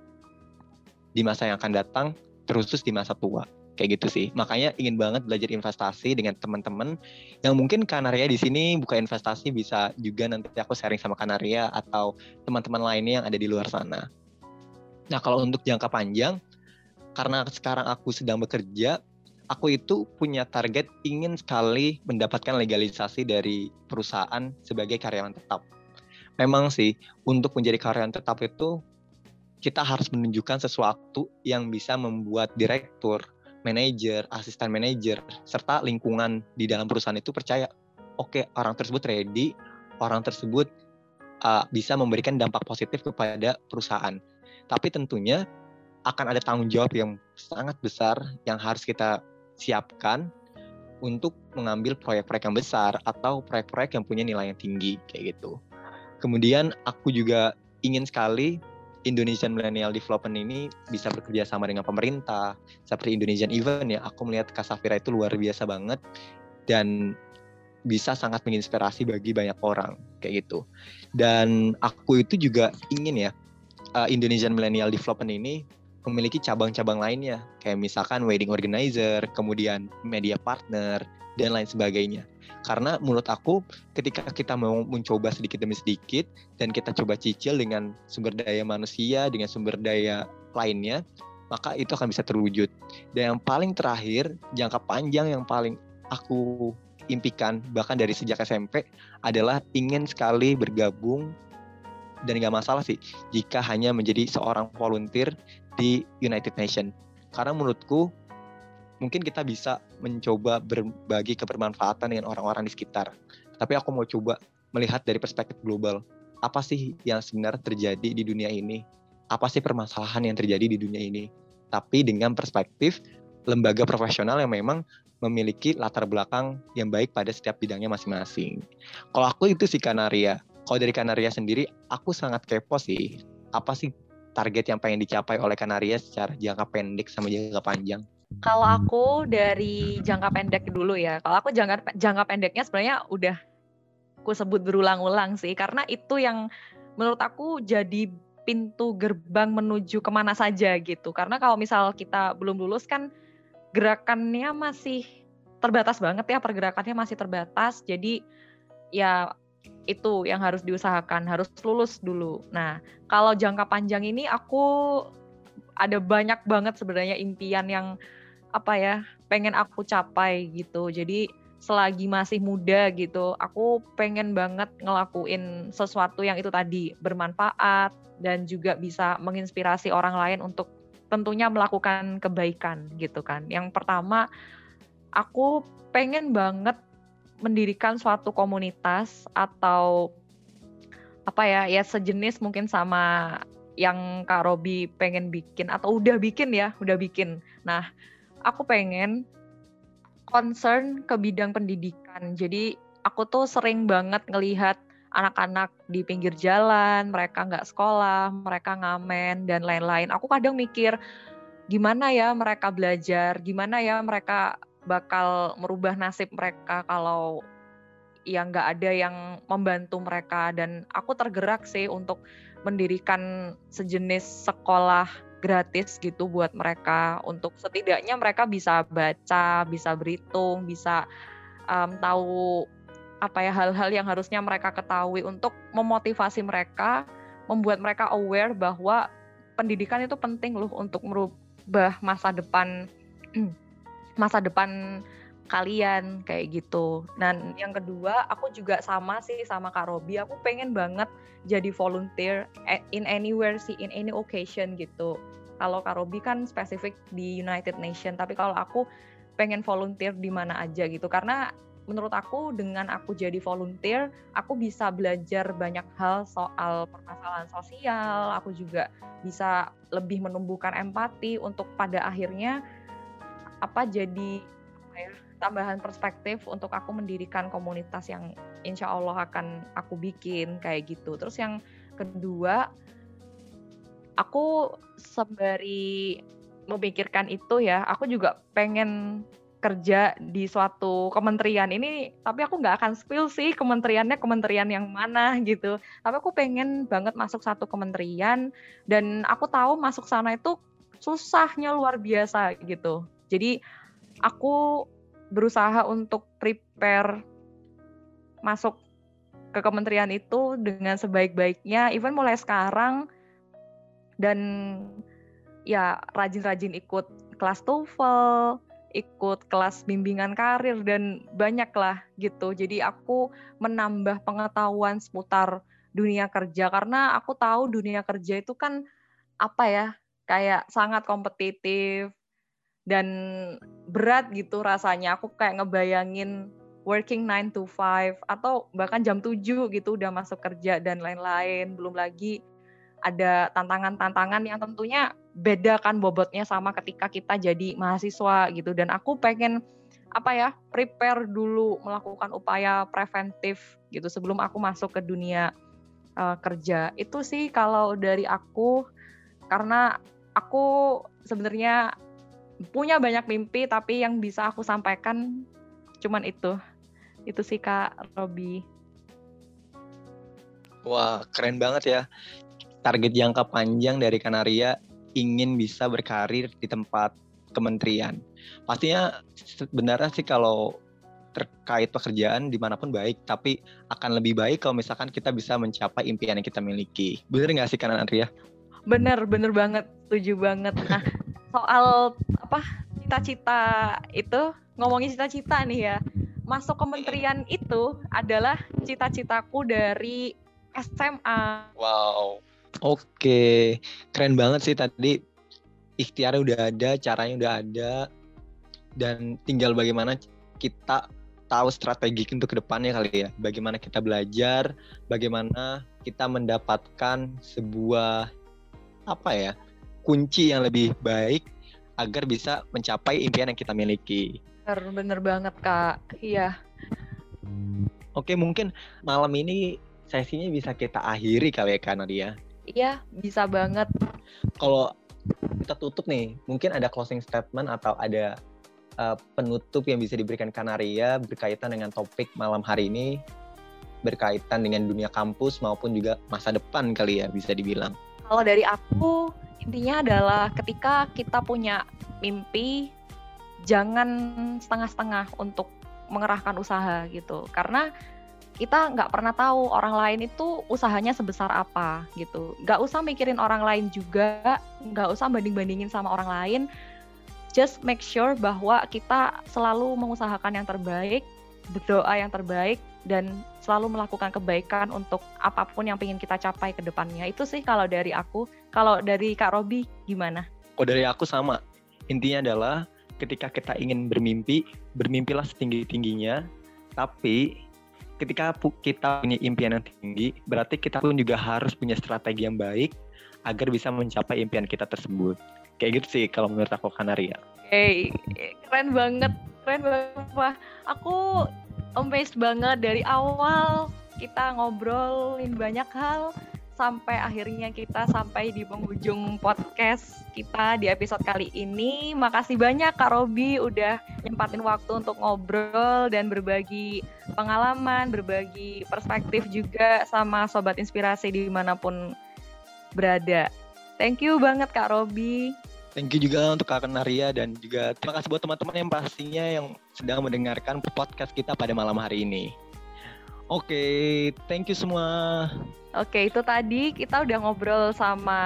di masa yang akan datang, terus di masa tua? Kayak gitu sih. Makanya ingin banget belajar investasi dengan teman-teman yang mungkin Kanaria di sini buka investasi, bisa juga nanti aku sharing sama Kanaria atau teman-teman lainnya yang ada di luar sana. Nah, kalau untuk jangka panjang, karena sekarang aku sedang bekerja, aku itu punya target ingin sekali mendapatkan legalisasi dari perusahaan sebagai karyawan tetap. Memang sih, untuk menjadi karyawan tetap itu kita harus menunjukkan sesuatu yang bisa membuat direktur, manajer, asisten manajer, serta lingkungan di dalam perusahaan itu percaya, oke, okay, orang tersebut ready, orang tersebut uh, bisa memberikan dampak positif kepada perusahaan. Tapi tentunya akan ada tanggung jawab yang sangat besar yang harus kita siapkan untuk mengambil proyek-proyek yang besar atau proyek-proyek yang punya nilai yang tinggi, kayak gitu. Kemudian aku juga ingin sekali Indonesian Millennial Development ini bisa bekerja sama dengan pemerintah, seperti Indonesian Event ya. Aku melihat Kak Safira itu luar biasa banget dan bisa sangat menginspirasi bagi banyak orang, kayak gitu. Dan aku itu juga ingin ya, Indonesian Millennial Development ini memiliki cabang-cabang lainnya, kayak misalkan wedding organizer, kemudian media partner, dan lain sebagainya. Karena menurut aku ketika kita mau mencoba sedikit demi sedikit dan kita coba cicil dengan sumber daya manusia, dengan sumber daya lainnya, maka itu akan bisa terwujud. Dan yang paling terakhir, jangka panjang yang paling aku impikan bahkan dari sejak S M P adalah ingin sekali bergabung, dan gak masalah sih jika hanya menjadi seorang volunteer di United Nations. Karena menurutku mungkin kita bisa mencoba berbagi kebermanfaatan dengan orang-orang di sekitar. Tapi aku mau coba melihat dari perspektif global. Apa sih yang sebenarnya terjadi di dunia ini? Apa sih permasalahan yang terjadi di dunia ini? Tapi dengan perspektif lembaga profesional yang memang memiliki latar belakang yang baik pada setiap bidangnya masing-masing. Kalau aku itu sih Kanaria. Kalau dari Kanaria sendiri, aku sangat kepo sih. Apa sih target yang pengen dicapai oleh Kanaria secara jangka pendek sama jangka panjang? Kalau aku dari jangka pendek dulu ya. Kalau aku jangka jangka pendeknya sebenarnya udah aku sebut berulang-ulang sih, karena itu yang menurut aku jadi pintu gerbang menuju kemana saja gitu. Karena kalau misal kita belum lulus kan gerakannya masih terbatas banget ya, pergerakannya masih terbatas. Jadi ya itu yang harus diusahakan, harus lulus dulu. Nah, kalau jangka panjang ini aku ada banyak banget sebenarnya impian yang apa ya, pengen aku capai gitu. Jadi selagi masih muda gitu, aku pengen banget ngelakuin sesuatu yang itu tadi, bermanfaat dan juga bisa menginspirasi orang lain untuk tentunya melakukan kebaikan gitu kan. Yang pertama, aku pengen banget mendirikan suatu komunitas atau apa ya, ya sejenis mungkin sama yang Kak Robi pengen bikin atau udah bikin ya, udah bikin. Nah, aku pengen concern ke bidang pendidikan. Jadi aku tuh sering banget ngelihat anak-anak di pinggir jalan, mereka nggak sekolah, mereka ngamen dan lain-lain. Aku kadang mikir gimana ya mereka belajar, gimana ya mereka bakal merubah nasib mereka kalau ya nggak ada yang membantu mereka. Dan aku tergerak sih untuk mendirikan sejenis sekolah gratis gitu buat mereka, untuk setidaknya mereka bisa baca, bisa berhitung, bisa um, tahu apa ya hal-hal yang harusnya mereka ketahui, untuk memotivasi mereka, membuat mereka aware bahwa pendidikan itu penting loh untuk merubah masa depan masa depan kalian kayak gitu. Dan yang kedua, aku juga sama sih sama Kak Robi, aku pengen banget jadi volunteer in anywhere sih, in any occasion gitu. Kalau Kak Robi kan spesifik di United Nations, tapi kalau aku pengen volunteer di mana aja gitu. Karena menurut aku dengan aku jadi volunteer, aku bisa belajar banyak hal soal permasalahan sosial, aku juga bisa lebih menumbuhkan empati untuk pada akhirnya apa jadi apa ya, tambahan perspektif untuk aku mendirikan komunitas yang insya Allah akan aku bikin kayak gitu. Terus yang kedua, aku sembari memikirkan itu ya, aku juga pengen kerja di suatu kementerian ini, tapi aku nggak akan spill sih kementeriannya kementerian yang mana gitu. Tapi aku pengen banget masuk satu kementerian, dan aku tahu masuk sana itu susahnya luar biasa gitu. Jadi aku berusaha untuk prepare masuk ke kementerian itu dengan sebaik-baiknya, even mulai sekarang, dan ya rajin-rajin ikut kelas TOEFL, ikut kelas bimbingan karir, dan banyak lah gitu. Jadi aku menambah pengetahuan seputar dunia kerja, karena aku tahu dunia kerja itu kan apa ya, kayak sangat kompetitif dan berat gitu rasanya. Aku kayak ngebayangin working nine to five atau bahkan jam tujuh gitu udah masuk kerja dan lain-lain. Belum lagi ada tantangan-tantangan yang tentunya beda kan bobotnya sama ketika kita jadi mahasiswa gitu. Dan aku pengen apa ya, prepare dulu, melakukan upaya preventif gitu sebelum aku masuk ke dunia uh, kerja. Itu sih kalau dari aku, karena aku sebenarnya punya banyak mimpi, tapi yang bisa aku sampaikan cuman itu. Itu sih Kak Robi. Wah, keren banget ya. Target jangka panjang dari Kanaria ingin bisa berkarir di tempat kementerian. Pastinya sebenarnya sih kalau terkait pekerjaan dimanapun baik, tapi akan lebih baik kalau misalkan kita bisa mencapai impian yang kita miliki. Bener nggak sih Kanaria? Bener, bener banget, setuju banget. Nah, soal apa cita-cita itu, ngomongin cita-cita nih ya, masuk kementerian itu adalah cita-citaku dari S M A. Wow. Oke, keren banget sih tadi. Ikhtiarnya udah ada, caranya udah ada, dan tinggal bagaimana kita tahu strategi untuk kedepannya kali ya. Bagaimana kita belajar, bagaimana kita mendapatkan sebuah apa ya, kunci yang lebih baik agar bisa mencapai impian yang kita miliki. Bener, bener banget Kak. Iya. Oke, mungkin malam ini sesinya bisa kita akhiri kali ya Kak Nadia. Iya, bisa banget. Kalau kita tutup nih, mungkin ada closing statement atau ada uh, penutup yang bisa diberikan Kanaria berkaitan dengan topik malam hari ini, berkaitan dengan dunia kampus maupun juga masa depan kali ya bisa dibilang. Kalau dari aku, intinya adalah ketika kita punya mimpi, jangan setengah-setengah untuk mengerahkan usaha gitu. Karena kita nggak pernah tahu orang lain itu usahanya sebesar apa gitu. Nggak usah mikirin orang lain juga, nggak usah banding-bandingin sama orang lain. Just make sure bahwa kita selalu mengusahakan yang terbaik, berdoa yang terbaik, dan selalu melakukan kebaikan untuk apapun yang ingin kita capai ke depannya. Itu sih kalau dari aku. Kalau dari Kak Robi gimana? Oh, dari aku sama. Intinya adalah ketika kita ingin bermimpi, bermimpilah setinggi-tingginya, tapi ketika kita punya impian yang tinggi, berarti kita pun juga harus punya strategi yang baik agar bisa mencapai impian kita tersebut. Kayak gitu sih kalau menurut aku Kanaria. Hey, keren banget, keren banget. Wah, aku amazed banget dari awal kita ngobrolin banyak hal sampai akhirnya kita sampai di penghujung podcast kita di episode kali ini. Makasih banyak Kak Robi udah nyempatin waktu untuk ngobrol dan berbagi pengalaman, berbagi perspektif juga sama Sobat Inspirasi dimanapun berada. Thank you banget Kak Robi. Thank you juga untuk Kak Kanaria, dan juga terima kasih buat teman-teman yang pastinya yang sedang mendengarkan podcast kita pada malam hari ini. Oke, okay, thank you semua. Oke, itu tadi kita udah ngobrol sama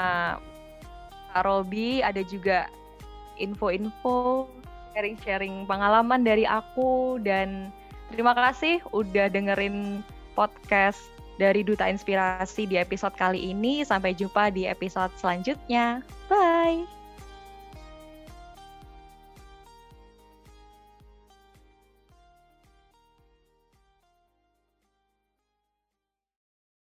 Kak Robi, ada juga info-info, sharing-sharing pengalaman dari aku, dan terima kasih udah dengerin podcast dari Duta Inspirasi di episode kali ini. Sampai jumpa di episode selanjutnya. Bye!